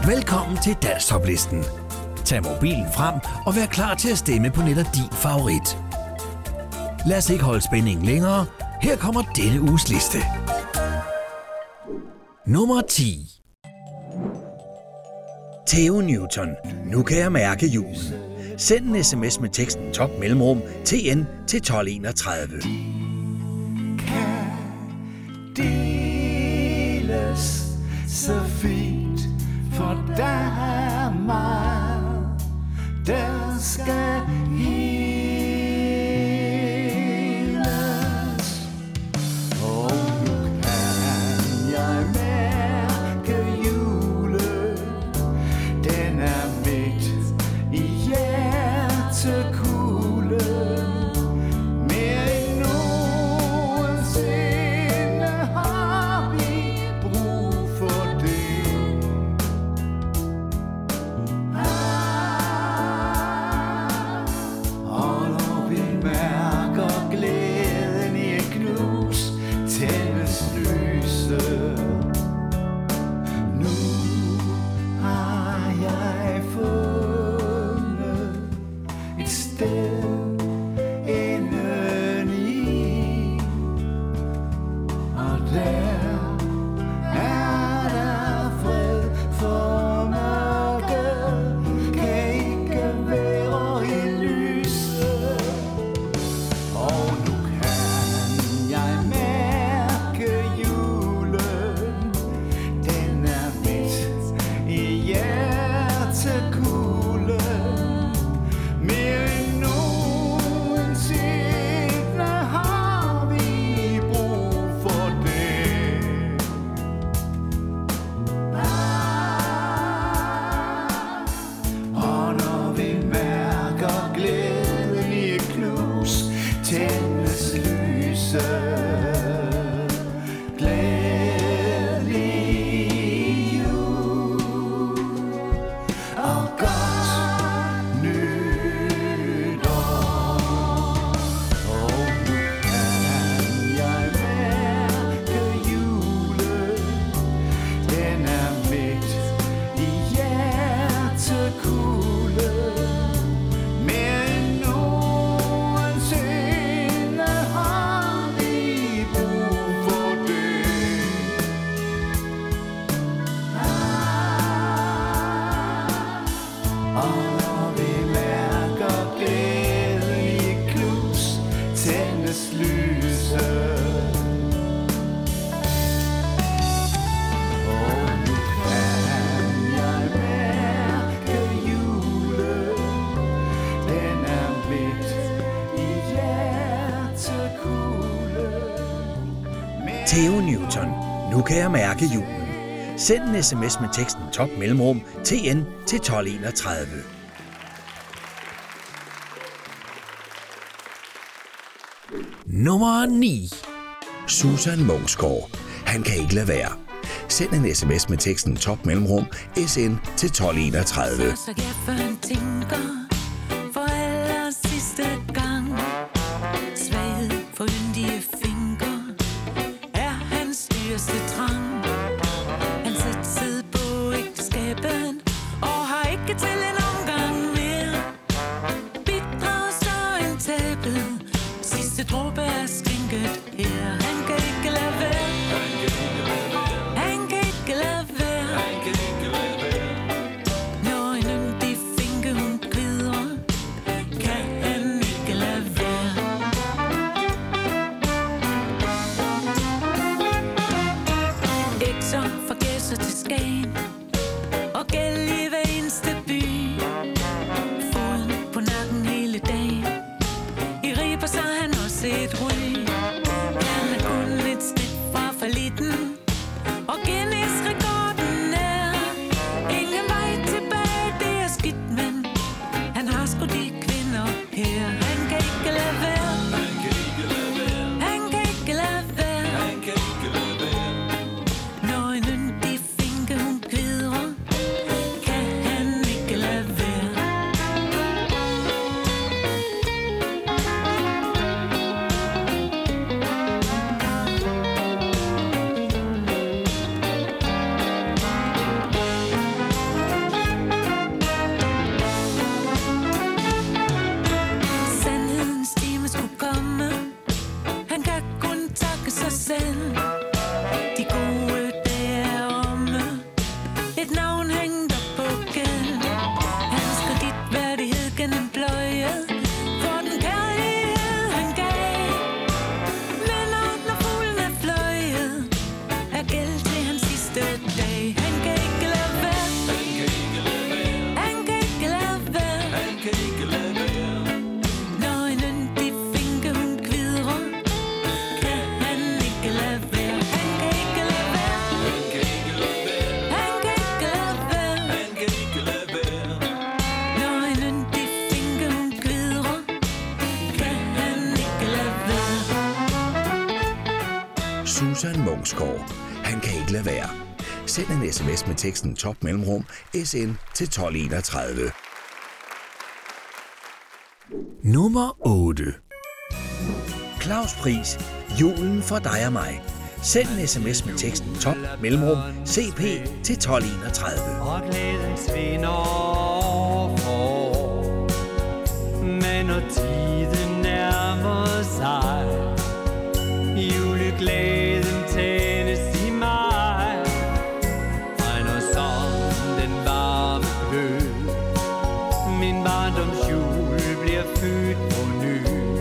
Velkommen til Danstoplisten. Tag mobilen frem og vær klar til at stemme på netop din favorit. Lad os ikke holde spændingen længere. Her kommer denne uges liste. Nummer 10. Theo Newton. Nu kan jeg mærke julen. Send en sms med teksten top mellemrum TN til 1231. Kan deles så fint, for der er meget, der skal heles. Og nu kan jeg mærke julen, den er midt i hjertekuglen. Mere end nogensinde har vi brug for det. Og når vi mærker glæden i et knus, tændes lyset. Nu har jeg fundet et sted indeni, og der er der fred, for mørket kan ikke være i lyset. Og nu kan jeg mærke julen, den er midt i hjertekuglen. Mere end nogensinde har vi brug for det. Og når vi mærker glæden i et knus, tændes lyset. Glædelig jul og godt nytår. Og nu kan jeg mærke julen, den er midt i hjertekuglen. Mere end nogensinde har vi brug for det. Og når vi mærker glæden i et knus, tændes lyset. Og nu kan jeg mærke julen, den er midt i hjertekuglen. Theo Newton. Nu kan jeg mærke julen. Send en sms med teksten top mellemrum TN til 1231. Nummer 9. Susan Munksgaard. Han kan ikke lade være. Send en sms med teksten top mellemrum SN til 1231. Så jeg førhen tænker for aller sidste gang. Svaghed for yndige fingre er hans dyreste trang. Han satsede på ægteskabet og har ikke til en omgang mere. Bidrag så en tabet, sidste dråbe er skænket her. Han kan ikke lade være. Han kan ikke lade være. Når en yndig finke hun glider, kan han ikke lade være. Ekser fra Gedser til Skagen og gæld i hver eneste by. Foden på nakken hele dagen. I Riber så han også et ry. Han er kun et snit fra fallitten, og Guinness-rekorden er ingen vej tilbage, det er skidt, men han har sgu de kvinder her. Han kan ikke lade være. Han kan ikke lade være. Når en yndig finke hun kvidrer, kan han ikke lade være. elske sig selv. De gode dage er omme. Et navn hængt op på gæld. Hans kreditværdighed gennem pløjet. For den kærlighed han gav. Men når fuglen er fløjet, er gæld til hans sidste dag. Han kan ikke lade være. Han kan ikke lade være. Når en yndig finke hun kvidrer, kan han ikke lade være. Han kan ikke lade være. Han kan ikke lade være. Når en yndig finke hun kvidrer, kan han ikke lade være. Susan Munksgaard. Han kan ikke lade være. Send en sms med teksten top mellemrum SN til 1231. Nummer 8. Claus Pris. Julen for dig og mig. Send en sms med teksten top mellemrum CP til 1231. Og glæden svinder for. Men når tiden nærmer sig, juleglæden tændes i mig. Brænder som den varme glød. Min barndoms jul bliver født på ny.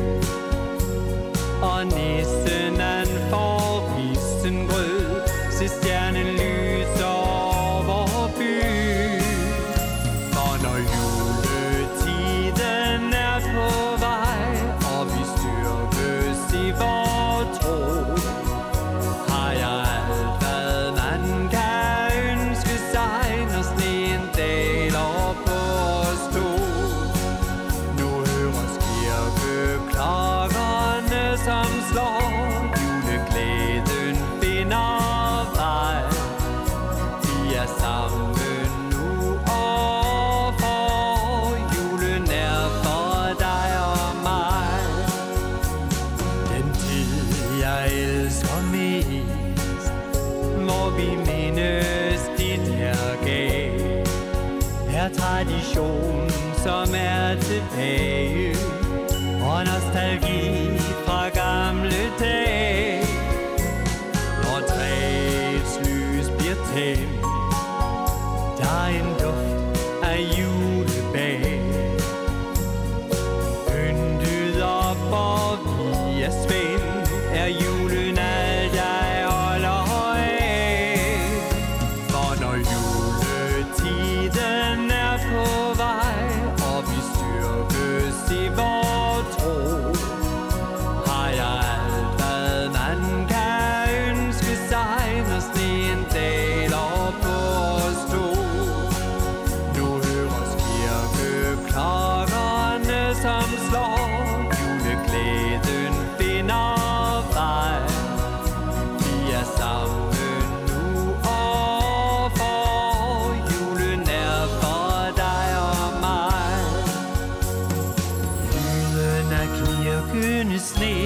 Og nissen han får risengrød. Se stjernen lyser over byen. For når juletiden er på vej, og vi styrkes i vor tro, har jeg alt, hvad man kan ønske sig, når sneen daler på os to. Nu høres kirkeklokkerne, som slår. Juleglæden finder vej. Vi er sammen nu og for. Julen er for dig og mig. Den tid jeg elsker mest, hvor vi mindes dit hergab. Her tradition, som er tilbage, og nostalgi fra gamle dage. Når træets lys bliver tændt, der er en duft af julebag. Pyntet op og vi er spændt, er julen alt jeg holder af. For når juletiden er på vej, og vi styrkes i vor tro, har jeg alt, hvad man kan ønske sig, når sneen daler på os to. Nu høres kirkeklokkerne, som slår. Juleglæden finder vej. Vi er sammen nu og for. Julen er for dig og mig. Lyden af knirkende sne.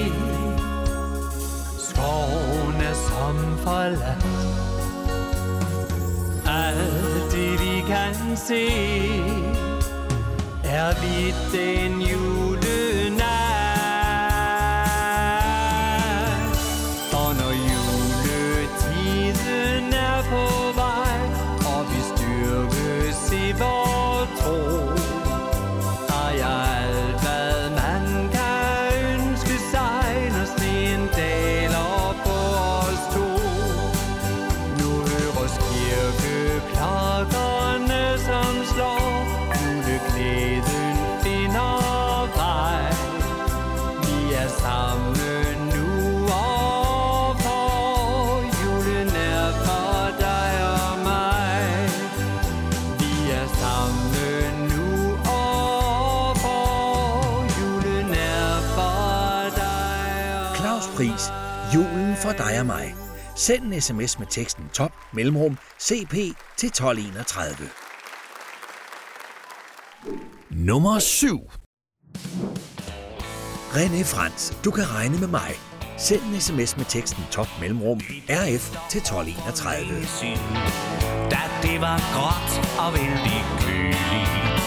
Skoven er som forladt. Alt det vi kan se er vidt en julenat. Og når juletiden er på vej, og vi styrkes i vor tro, har jeg alt, hvad man kan ønske sig, når sneen daler på os to. Nu høres kirkeklokkerne, som slår. Juleglæden finder vej. Vi er sammen nu og for. Julen er for dig og mig. Vi er sammen nu og for. Julen er for dig og Claus Pris. Julen for dig og mig. Send en sms med teksten top mellemrum CP til 1231. Nummer 7. René Frans. Du kan regne med mig. Send en sms med teksten top mellemrum RF til 1231. Da det var gråt og vældig køligt,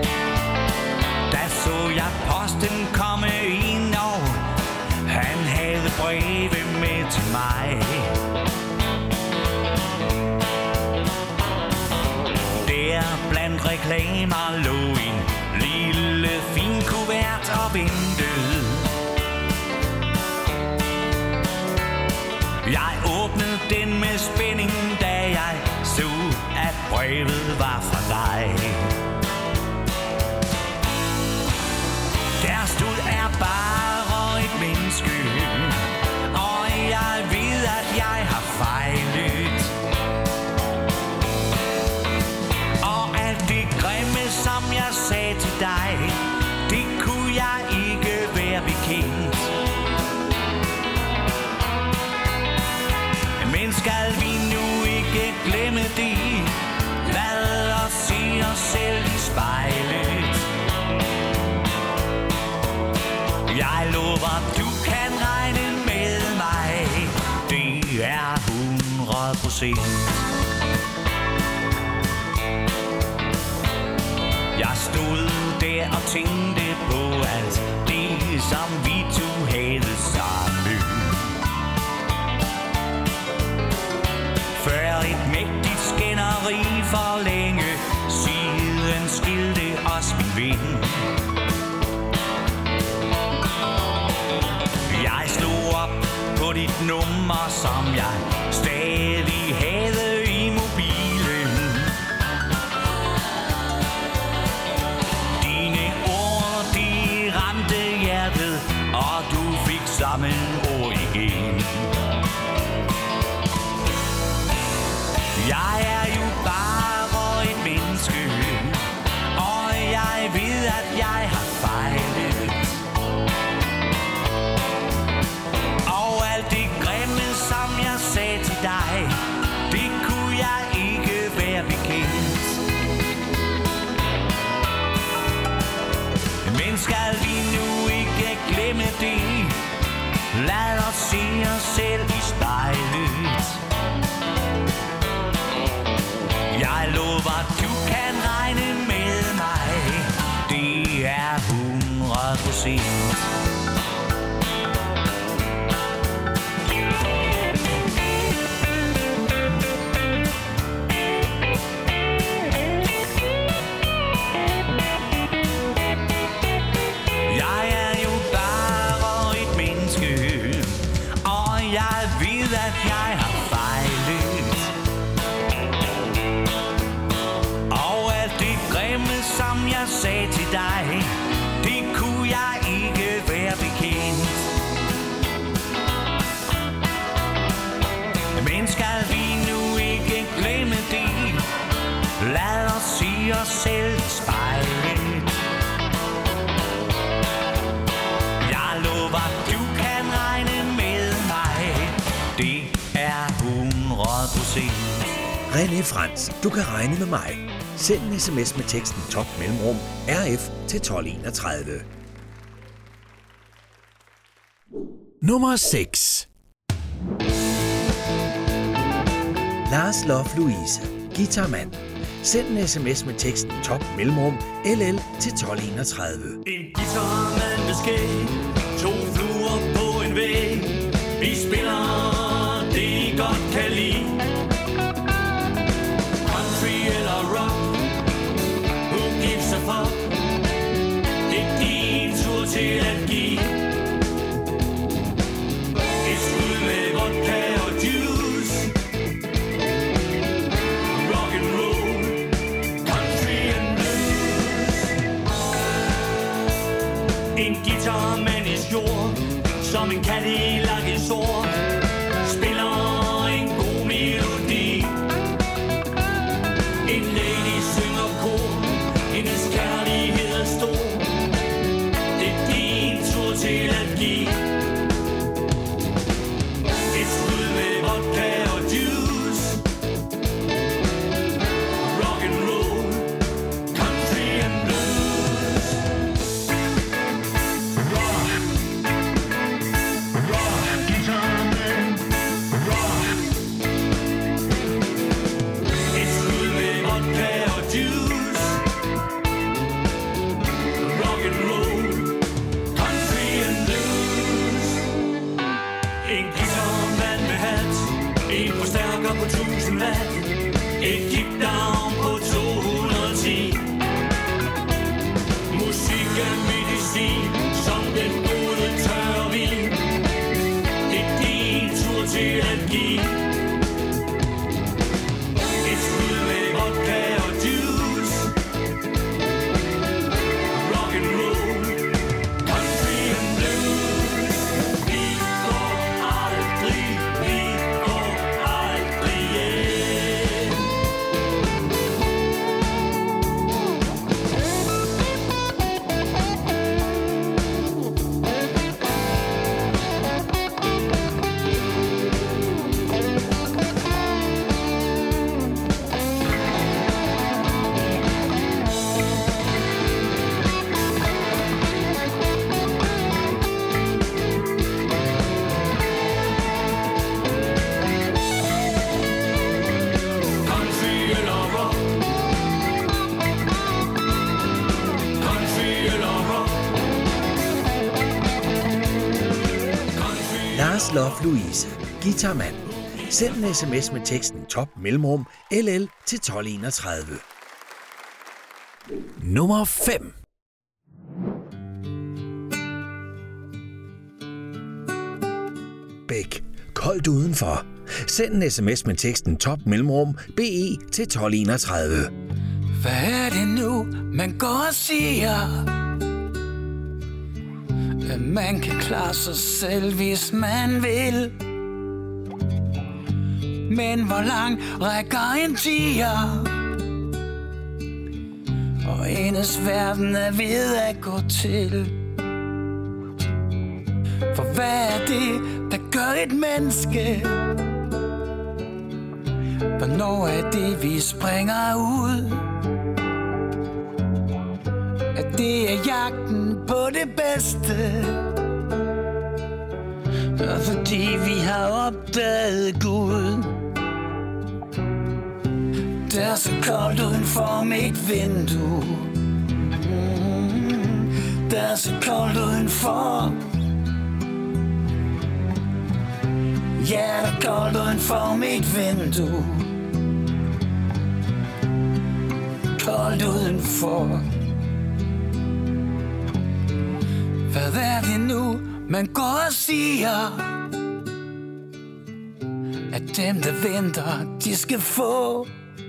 da så jeg posten komme ind, og han havde breve med til mig. Der blandt reklamer lå en lille fin kuvert og ventede. Jeg åbnede den med spænding, da jeg så, at brevet var fra dig. Der stod er bare et menneske, og jeg ved, at jeg har fejlet. Og alt det grimme, som jeg sagde til dig, det kunne jeg ikke være bekendt. Men skal vi nu ikke glemme det? Lad os se os selv i spejlet. Jeg lover, du kan regne med mig. Det er 100%. Jeg stod der og tænkte på alt det, som vi to havde sammen. Før et mægtigt skænderi for længe siden skilte os, min ven. Jeg slog op på dit nummer, som jeg stadig havde i mobilen. Dine ord, de ramte hjertet, og du fik samme ord igen. Jeg er jo bare et menneske, og jeg ved, at jeg har fejlet. Og alt det grimme, som jeg sagde til dig, det kunne jeg ikke være bekendt. Men skal vi nu ikke glemme det? Lad os se os selv i spejlet. Jeg lover, du kan regne med mig. Det er 100%. Jeg er jo bare et menneske, og jeg ved, at jeg har fejlet. Og alt det grimme, som jeg sagde til dig, det kunne jeg ikke være bekendt. Men skal vi nu ikke glemme det? Lad os se os selv i spejlet. Jeg lover, du kan regne med mig. Det er 100%. René Frans, du kan regne med mig. Send en sms med teksten top mellemrum RF til 1231. Nummer 6. Lars Love Louise, guitarmand. Send en sms med teksten top mellemrum LL til 1231. En guitarmand med skæg, 2 fluer på en væg. Vi spiller det I godt kan lide. Country eller rock, who gives a fuck? Det er din tur til at give. Et skud med vodka og juice. Rock and roll, country and blues. En guitarmand i skjort, som en kat i En guitarmand med hat, en forstærker på 1000 watt, et kickdown på 210. Musik er medicin, som den gode tørre vin. Et tur til at give. Et skud med vodka og juice. Rock and roll, country and blues. Vi går aldrig hjem. Country eller rock. Country eller rock. Lars Love Louise, guitarmand. Send en sms med teksten top mellemrum LL til 1231. Nummer 5. Bæk, koldt udenfor. Send en sms med teksten top mellemrum BE til 1231. Hvad er det nu, man går og siger? At man kan klare sig selv, hvis man vil. Men hvor lang rækker en tiger? Og enes verden er ved at gå til. For hvad er det, der gør et menneske? Hvornår er det, vi springer ud? At det er jagten på det bedste? Og fordi vi har opdaget Gud. Der er så koldt uden for mit vindue. Der er så koldt udenfor. Ja, der er koldt uden for mit vindue. Koldt udenfor. Hvad er det nu, man går og siger? At dem, der venter, de skal få.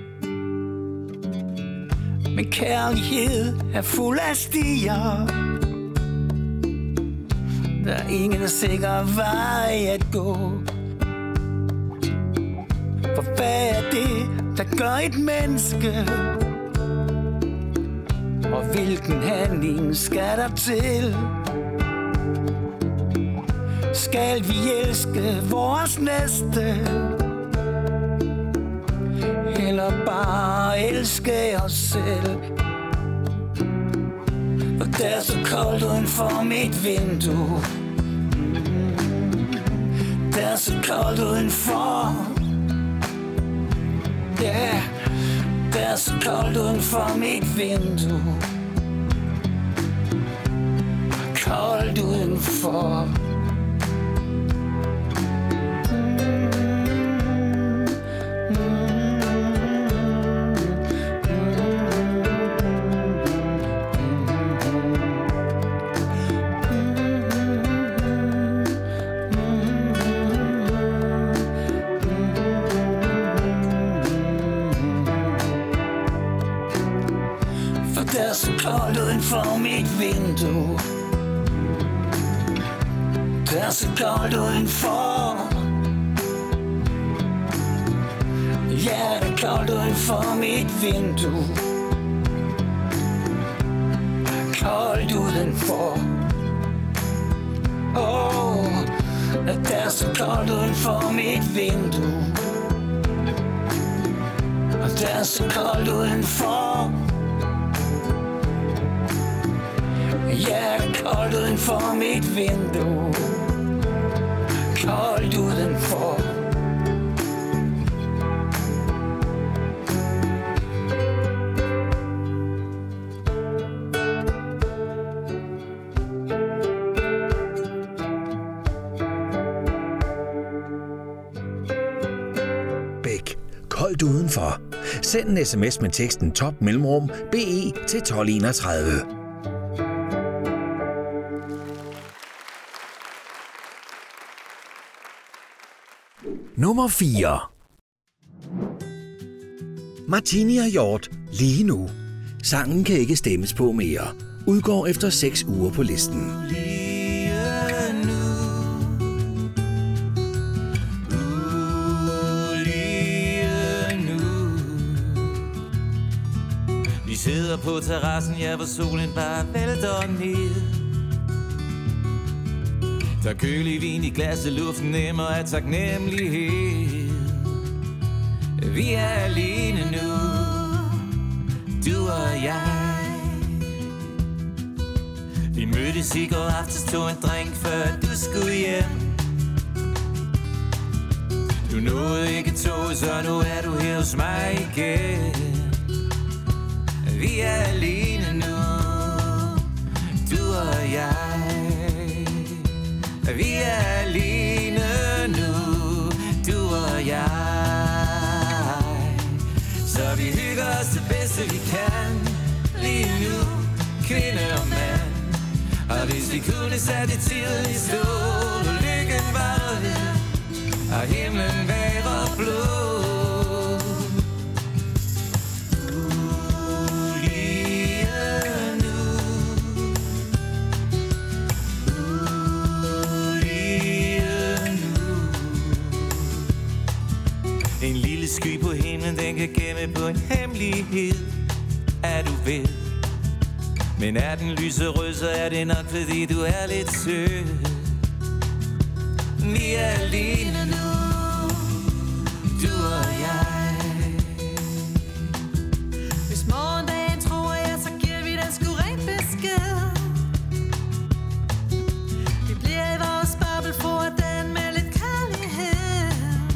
Men kærlighed er fuld af stier. Der er ingen sikker vej at gå. For hvad er det, der gør et menneske? Og hvilken handling skal der til? Skal vi elske vores næste? Eller bare elske os selv? For det er så koldt uden for mit vindue. Det er så koldt udenfor. Ja, det er så koldt uden for mit vindue. Koldt udenfor. Koldt uden for mit vindue. Det er så koldt udenfor. Ja, det er koldt uden for mit vindue. Koldt udenfor. Det er så koldt uden for mit vindue. Det er så koldt udenfor. Ja, koldt uden for mit vindue. Koldt udenfor. Holdt udenfor. Send en sms med teksten top mellemrum BE til 1231. Nummer 4. Martini og Hjort, lige nu. Sangen kan ikke stemmes på mere. Udgår efter 6 uger på listen. Vi sidder på terrassen, ja, hvor solen bare vælter ned. Der kølig vin i glasset, luften nemmer af taknemmelighed. Vi er alene nu, du og jeg. Vi mødtes i går aftes, tog en drink, før du skulle hjem. Du nåede ikke toget, så nu er du her hos mig igen. Vi er alene nu, du og jeg. Vi er alene nu, du og jeg. Så vi hygger os det bedste vi kan, lige nu, kvinde og mand. Og hvis vi kunne sætte tiden i stål, og lykken var ved, og himlen var blå. En lille sky på himlen, den kan gemme på en hemmelighed, er du ved. Men er den lyserød, så er det nok fordi du er lidt sød. Vi er alene nu, du og jeg. Hvis morgendagen tror jeg, så giver vi den sgu rent besked. Vi bliver i vores boble for den med lidt kærlighed.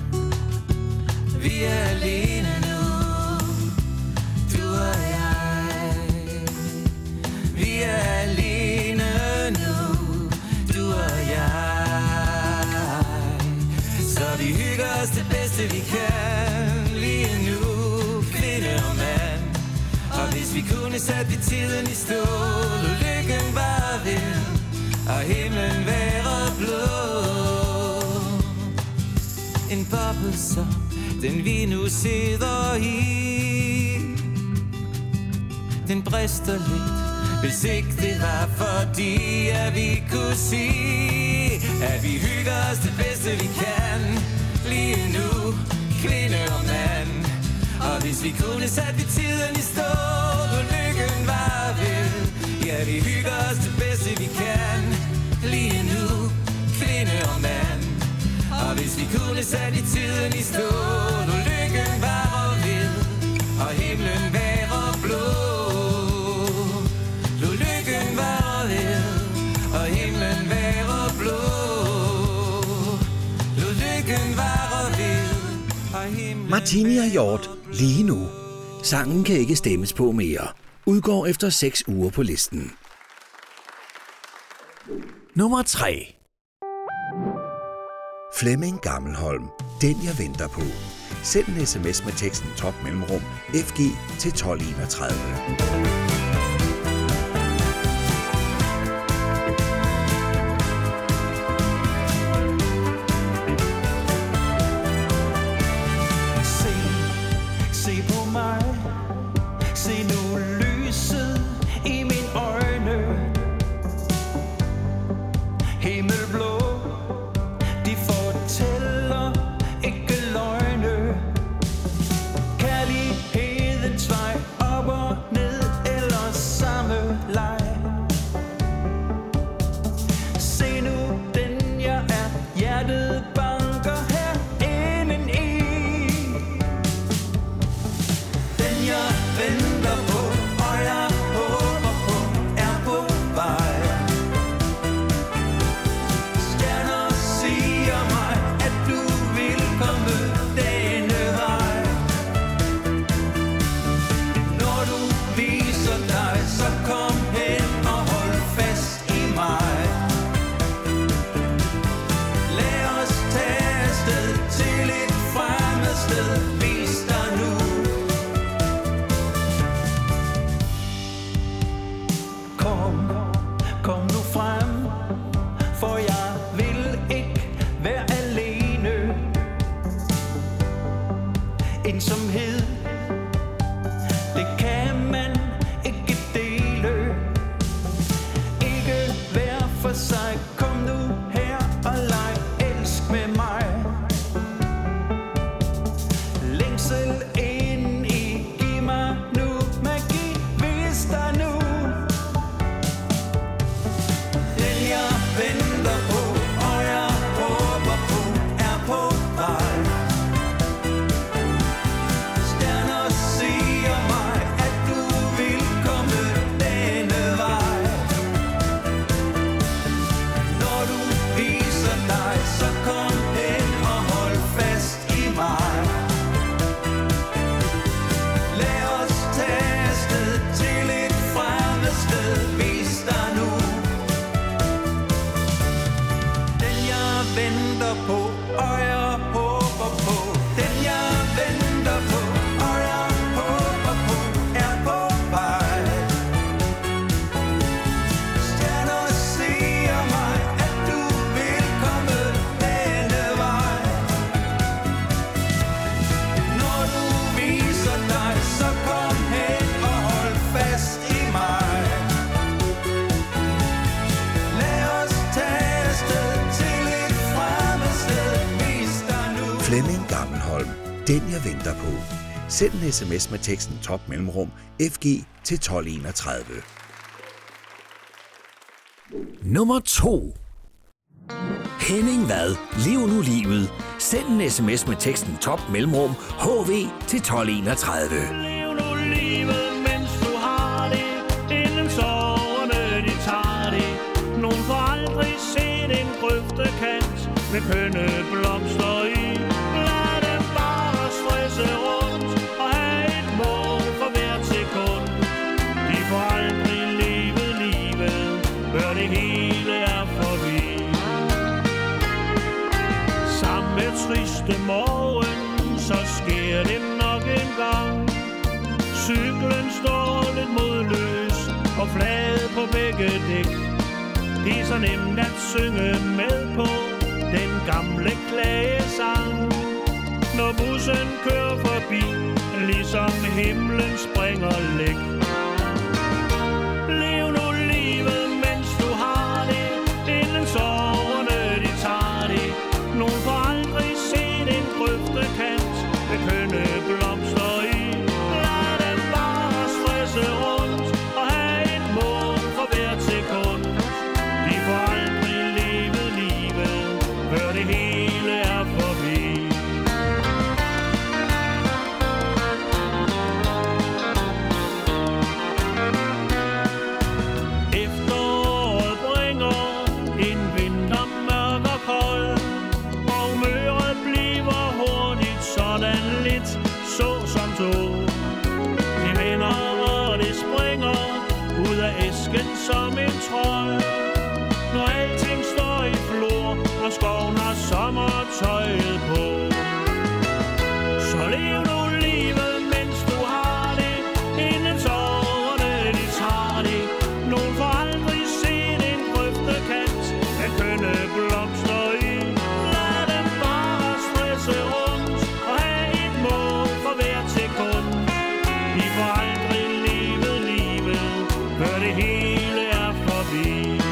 Vi er alene nu, du og jeg. Vi er alene nu, du og jeg. Så vi hygger os det bedste vi kan, lige nu, kvinde og mand. Og hvis vi kunne sætte tiden i stål, og lykken var ved, og himlen være blå. En boble som den vi nu sidder i, den brister lidt, hvis ikke det var fordi, at vi kunne sige, at vi hygger os det bedste vi kan, lige nu, kvinde og mand. Og hvis vi kunne sætte tiden i stål, og lykken var ved, ja, vi hygger os det bedste vi kan, lige nu, kvinde og mand. Og hvis vi kunne sætte tiden i stål, og lykken var ved, og himlen være blå. Lå lykken være ved, og himlen være blå. Lå lykken være ved, og himlen. Martini og Hjort, lige nu. Sangen kan ikke stemmes på mere. Udgår efter 6 uger på listen. Nummer 3. Flemming Gammelholm, den jeg venter på. Send en sms med teksten top mellemrum FG til 1231. Se på mig. Se nu lyset i mine øjne. Himmelblå, de fortæller ikke løgne. Kærlighedens vej op og ned ensomhed. Det kan man ikke dele. Ikke hver for sig. Kom nu her og leg, elsk med mig. Længsel ind i, giv mig nu magi, vis dig nu. Den jeg venter på, og jeg håber på, er på vej. Stjerner siger mig, at du vil komme denne vej. Når du viser dig, så kom hen og hold fast i mig. Lad os tage afsted til et fremmed sted, vis dig nu. Den jeg venter på, og jeg håber på. Den jeg venter på, og jeg håber på, er på vej. Stjerner siger mig, at du vil komme denne vej. Når du viser dig, så kom hen og hold fast i mig. Lad os tage afsted til et fremmed sted, vis dig nu. Flemming Gammelholm, den jeg venter på. Send en sms med teksten top mellemrum FG til 1231. Nummer 2. Henning Vad, lev nu livet. Send en sms med teksten top mellemrum HV til 1231. Lev nu livet, mens du har det, inden sorgerne de tager det. Nogen får aldrig set en grøftekant med kønne blomster i. Lad dem bare stresse rundt og have et mål for hvert sekund. De får aldrig levet livet, før det hele er forbi. Samme triste morgen, så sker det nok en gang. Cyklen står lidt modløs og flad på begge dæk. Det er så nemt at synge med på den gamle klagesang. Når bussen kører forbi, ligesom himlen springer læk. Lev nu livet, mens du har det, inden sorgerne de tager det. Nogen får aldrig set en grøftekant med kønne blomster i. Lad dem bare stresse rundt og have et mål for hvert sekund. De får aldrig levet livet, før det hele er forbi. Efteråret bringer en vinter mørk og kold, og møret bliver hurtigt sådan lidt så som så. Det vender og det springer ud af æsken som en trold. Når alting står i flor, og skoven har sommertøjet på. Så lev nu livet, mens du har det, inden sorgerne de tager det. Nogen får aldrig set en grøftekant med kønne blomster i. Lad dem bare stresse rundt og have et mål for hvert sekund. De får aldrig levet livet, før det hele er forbi.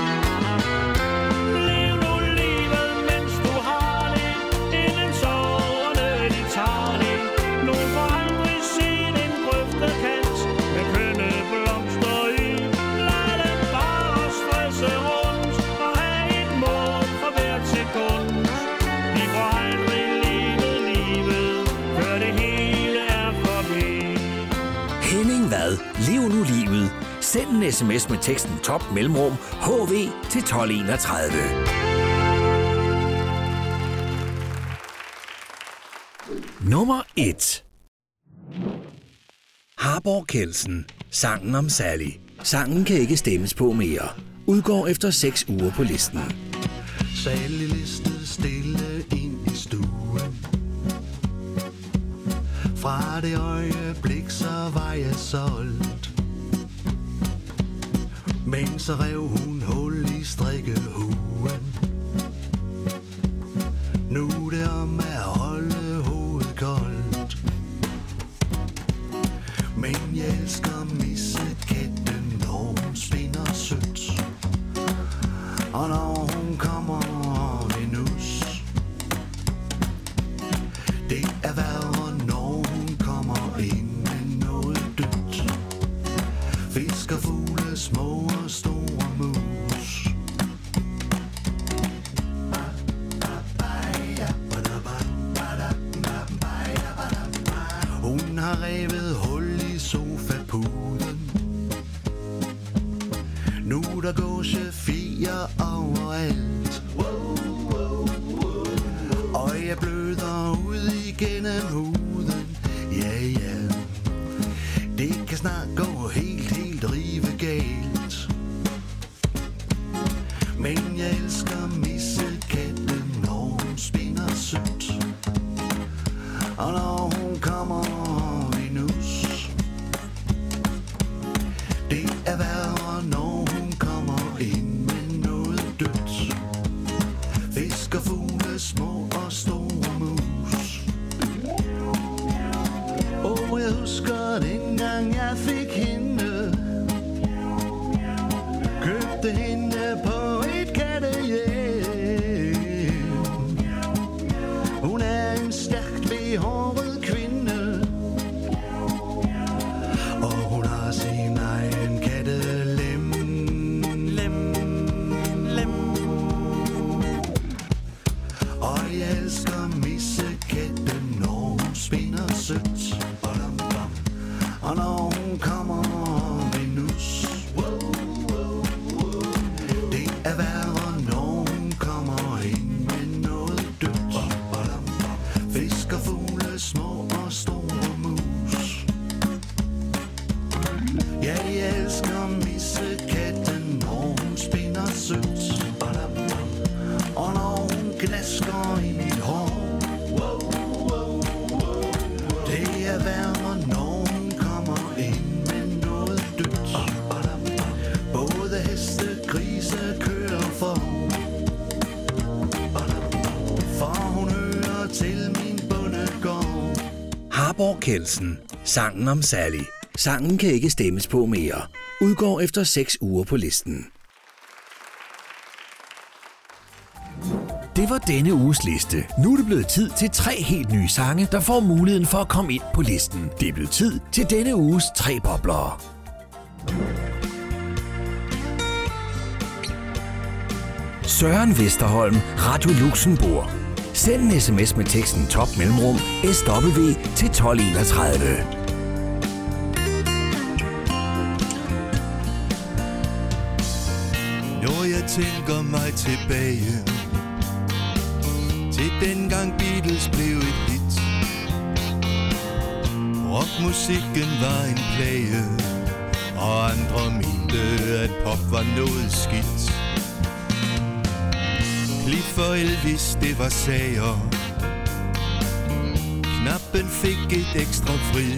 Lev nu livet, mens du har det, inden sorgerne de tager det. Nogen får aldrig set en grøftekant med kønne blomster i. Lad dem bare stresse rundt og have et mål for hvert sekund. De får aldrig levet livet, før det hele er forbi. Henning Vad, lev nu livet. Send en sms med teksten top mellemrum HV til 1231. Nummer 1. Harborg Kelsen, sangen om Sally. Sangen kan ikke stemmes på mere. Udgår efter 6 uger på listen. Sally listede stille ind i stuen. Fra det øjeblik, så var jeg solgt. Men så rev hun hul i strikkehuen. Nu er det om at holde hovedet koldt. Det er værre, når hun kommer ind med noget dødt. Fisker, fugle, små og store mus. Hun har revet hul i sofapuden. Nu der går chauffier overalt. Og jeg bløder ud igennem huden. Ja, ja. Det kan snart gå helt rive galt. Men jeg elsker missekatten, når hun spinder sødt. Og når hun kommer i nus. Det er værre, når hun kommer ind med noget dødt. Fisker, fugle, små og store mus. Og jeg husker dengang jeg fik hende. Købte hende på et kattehjem. Hun er en stærkt behåret kvinde. Og hun har sin egen kattelem. Og jeg elsker missekatten, når hun spinder sødt. Og når hun kommer ved nus. Det er værre, når hun kommer ind med noget dødt. Fisker, fugle, små og store mus. Ja, jeg elsker missekatten, når hun spinder sødt. Og når hun gnasker i mit hår. Det er værre, når hun kommer ind med noget dødt. Både heste, grise, køer for. For hun hører til min bondegård. Harborg Kelsen. Sangen om Sally. Sangen kan ikke stemmes på mere. Udgår efter 6 uger på listen. Det var denne uges liste. Nu er det blevet tid til 3 helt nye sange, der får muligheden for at komme ind på listen. Det er blevet tid til denne uges 3 boblere. Søren Vesterholm, Radio Luxembourg. Send en sms med teksten top mellemrum SW til 1231. Når jeg tænker mig tilbage til dengang Beatles blev et hit. Rockmusikken var en plage, og andre mente, at pop var noget skidt. Cliff og Elvis, det var sager. Knappen fik et ekstra frid.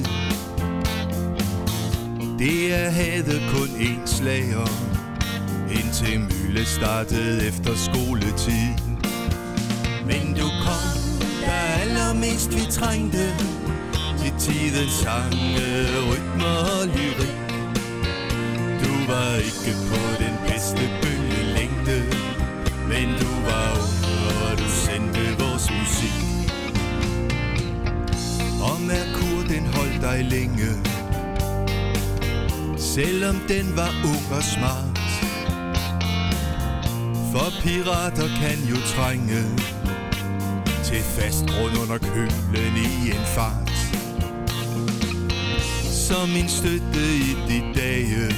DR havde kun én slager, indtil Myle startede efter skoletid. Men du kom, da allermest vi trængte til tidens sange, rytmer og lyrik. Du var ikke på den bedste bølgelængde, men du var ung, og du sendte vores musik. Og Merkur, den holdt dig længe, selvom den var ung og smart. For pirater kan jo trænge til fast grund under kølen i en fart. Som min støtte i de dage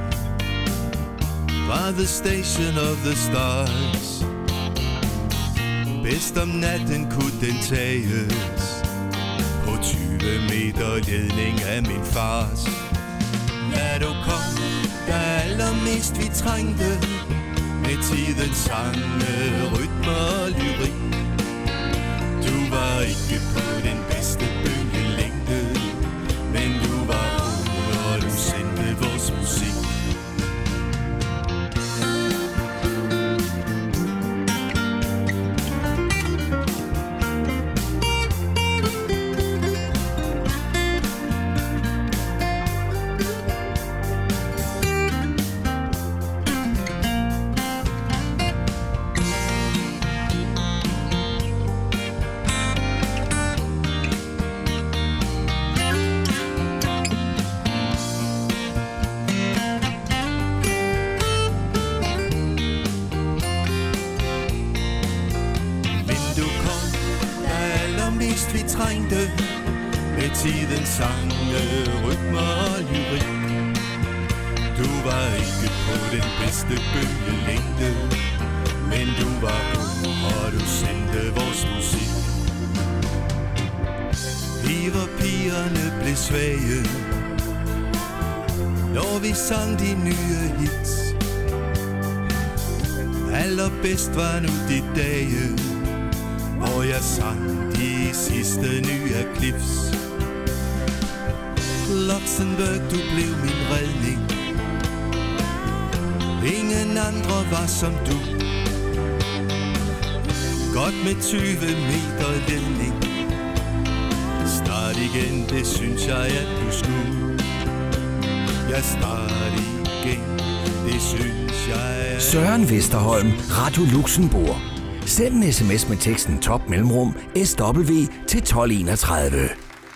var the station of the stars. Bedst om natten kunne den tages på 20 meter ledning af min fars. Da du kom, da allermest vi trængte med tidens sange, rytmer og lyrik. Du var ikke på den bedste bølgelængde, men du var ung, og du sendte vores musik. allermest vi trængte, med tidens sange, rytmer og lyrik. Du var ikke på den bedste bølgelængde, men du var ung, og du sendte vores musik. Vi hvor pigerne blev svage, når vi sang de nye hits. Allerbedst var nu de dage, hvor jeg sang de sidste nye clips. Luxembourg, du blev min redning. Ingen andre var som du. Godt med 20 meter ledning. Start igen, det synes jeg, at du skulle. Jeg start igen, det synes jeg. Søren Vesterholm, Radio Luxembourg. Send en sms med teksten top mellemrum SW til 1231.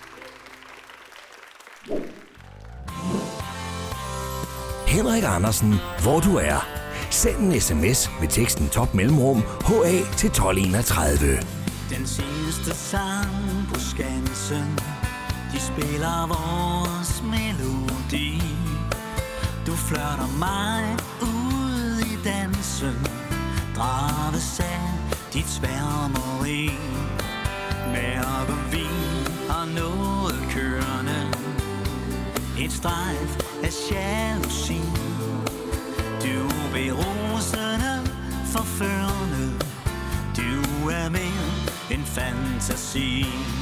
Henrik Andersen, hvor du er. Send en sms med teksten top mellemrum HA til 1231. Den sidste sang på Skansen, de spiller vores melodi. Du flørter mig ud i dansen, drages af dit sværmeri. Mærk og vin har noget kørende, et strejf af jalousi. Du er berusende, forførende, du er mere end fantasi.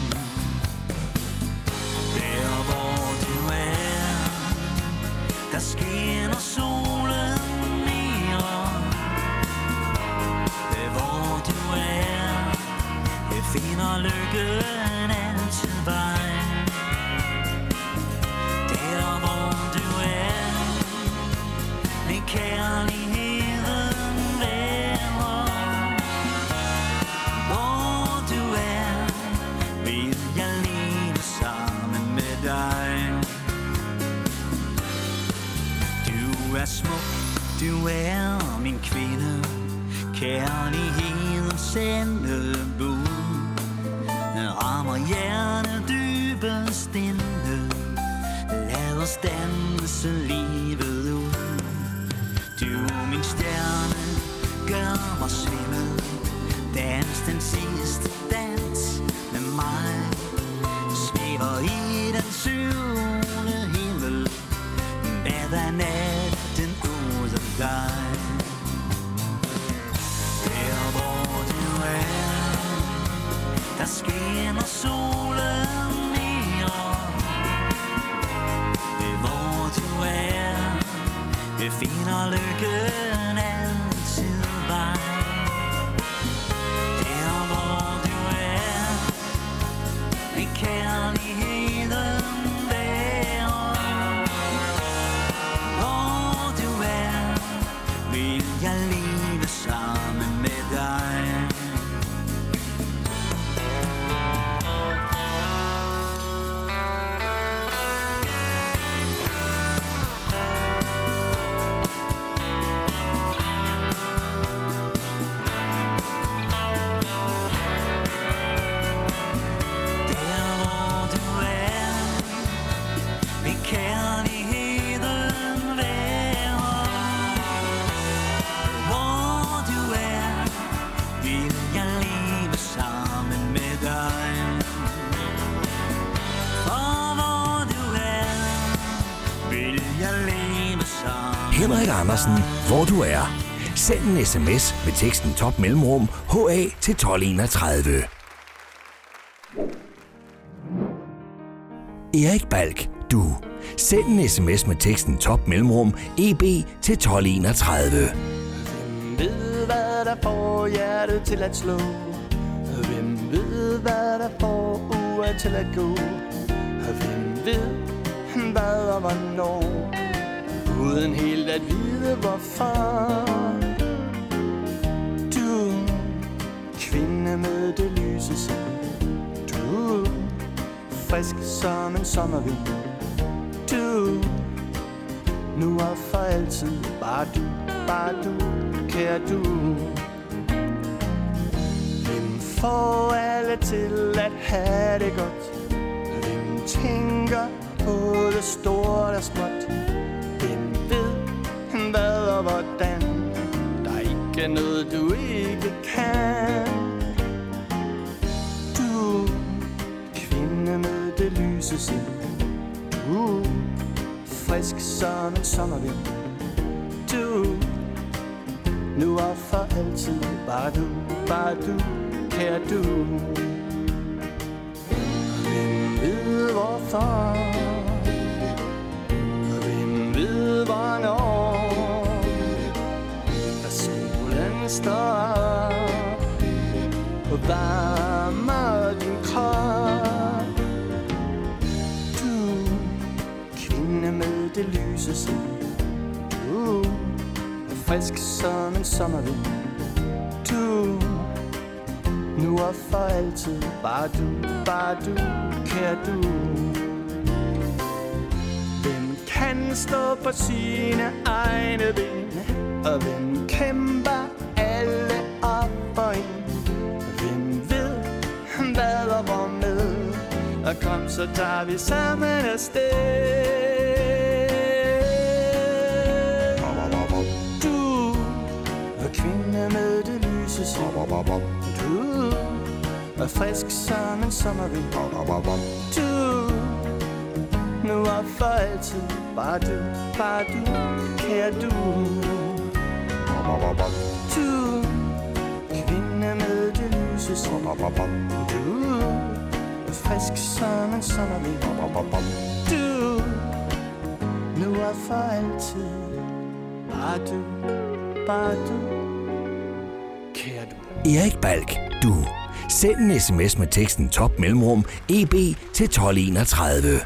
Der hvor du er, der skinner solen mere. Der hvor du er, jeg finder lykken altid vej. Der hvor du er, med kærligheden værer. Hvor du er, vil jeg leve sammen med dig. Du er smuk, du er min kvinde, kærlighedens sendebud. Rammer hjertet dybest inde, lad os danse livet ud. Du min stjerne, gør mig svimmel, dans den sidste dans med mig. Svæver i den syvende himmel, bader natten uden dig. Der hvor du er, der skinner solen mere. Hvor du er, jeg finder lykken altid vej. Der hvor du er, med kærligheden værer. Hvor du er, vil jeg leve sammen med dig. Henrik Andersen, hvor du er. Send en sms med teksten top mellemrum HA til 1231. Erik Balk, du. Send en sms med teksten top mellemrum EB til 1231. Hvem ved, hvad der får hjertet til at slå? Hvem ved, hvad der får uret til at gå? Hvem ved, hvad og hvornår? Uden helt at vide hvorfor. Du, kvinde med det lyse sind. Du, frisk som en sommervind. Du, nu og for altid. Bare du, kære du. Hvem får alle til at have det godt? Hvem tænker både stort og småt? Hvem ved hvad og hvordan? Der er ikke noget du ikke kan. Du, kvinde med det lyse sind. Du, frisk som en sommervind. Du, nu og for altid. Bare du, kære du. Hvem ved hvorfor? Hvem ved hvornår? Da solen står op og varmer din krop. Du, kvinde med det lyse sind. Du, frisk som en sommervind. Du, nu og for altid. Bare du, kære du. Hvem kan stå på sine egne ben? Og hvem kæmper alle op for en? Hvem ved hvad og hvor med? Og kom, så tager vi sammen afsted. Kvinde med det lyse sind. Du er frisk som en sommervind. Du, nu og for altid. Bare du, kære du. Du, kvinde med det lyse sind. Du er frisk som en sommervind. Du, nu og for altid. Bare du, kære du. Erik Balk, du. Send en sms med teksten top mellemrum EB til 1231.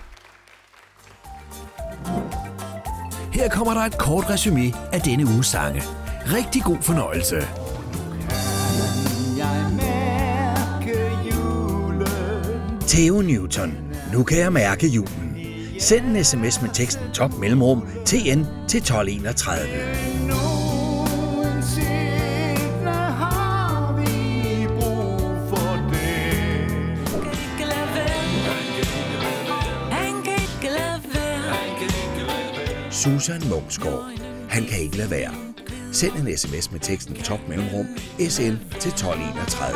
Her kommer der et kort resumé af denne uges sange. Rigtig god fornøjelse. Theo Newton. Nu kan jeg mærke julen. Send en sms med teksten top mellemrum TN til 1231. Susan Munksgaard. Han kan ikke lade være. Send en sms med teksten top mellemrum SN til 1231.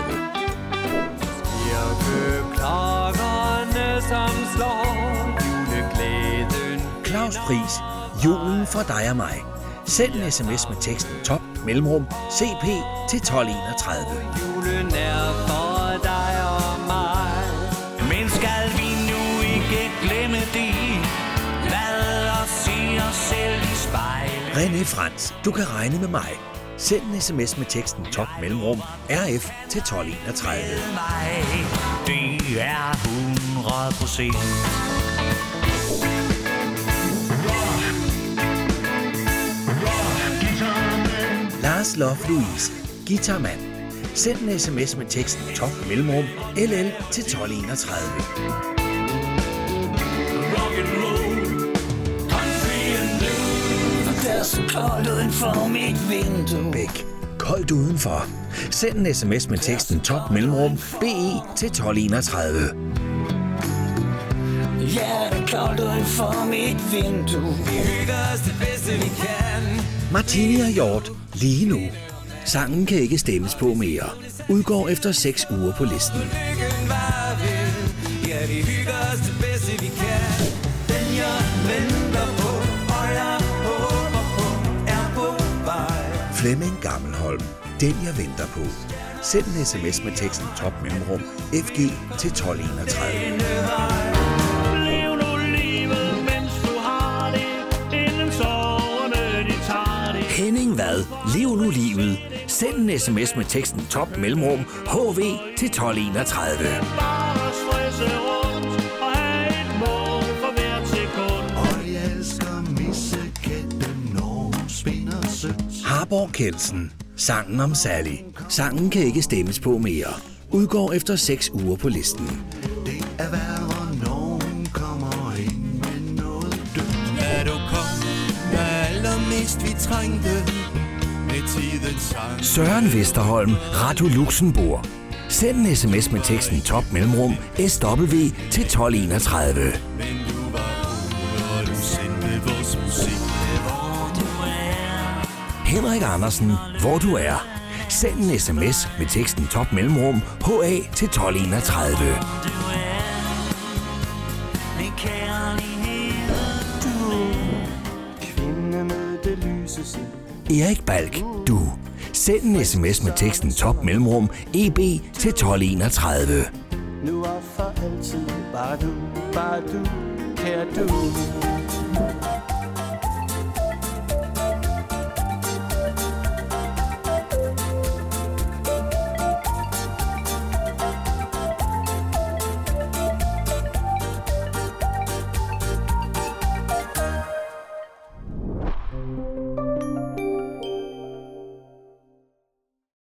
Kirkeklokkerne som slår juleglæden. Claus Friis. Julen for dig og mig. Send en sms med teksten top mellemrum CP til 1231. Julen er for dig og mig. Men skal vi nu ikke glemme det? Lad os se os selv i spejlet. René Frans, du kan regne med mig. Send en sms med teksten top mellemrum RF til 1231. Det er 100%. Lars Love Louise, guitarmand. Send en sms med teksten top mellemrum LL til 1231. Koldt udenfor mit vindue. Bæk. Koldt udenfor. Send en sms med teksten top mellemrum BE til 1231. Ja, det er koldt udenfor mit vindue. Vi hygger os det bedste vi kan. Martini og Hjort, lige nu. Sangen kan ikke stemmes på mere. Udgår efter 6 uger på listen. Lykken var vel. Ja, vi hygger os det bedste vi kan. Den jeg venter på, og jeg håber på, er på vej. Flemming Gammelholm, den jeg venter på. Send en sms med teksten top mellemrum FG til 1231. Lev nu livet, mens du har det, inden sorgerne de tager det. Henning Vad, lev nu livet. Send en sms med teksten top mellemrum HV til 1231. Bare stresse rundt og have et mål for hvert sekund. Og jeg elsker missekætten, når hun spinder sødt. Harborg Kelsen, sangen om Sally. Sangen kan ikke stemmes på mere. Udgår efter 6 uger på listen. Det er værre, når hun kommer ind med noget dødt. Da du kom, da allermest vi trængte med tidens sang. Søren Vesterholm, Radio Luxembourg. Send en sms med teksten top mellemrum SW til 1231. Men du var ung, og du sendte vores musik. Henrik Andersen, hvor du er. Send en sms med teksten top mellemrum HA til 1231. Kvinde med det lyse sind. Erik Balk, du. Send en sms med teksten top mellemrum EB til 1231. Nu og for altid, bare du, kære du.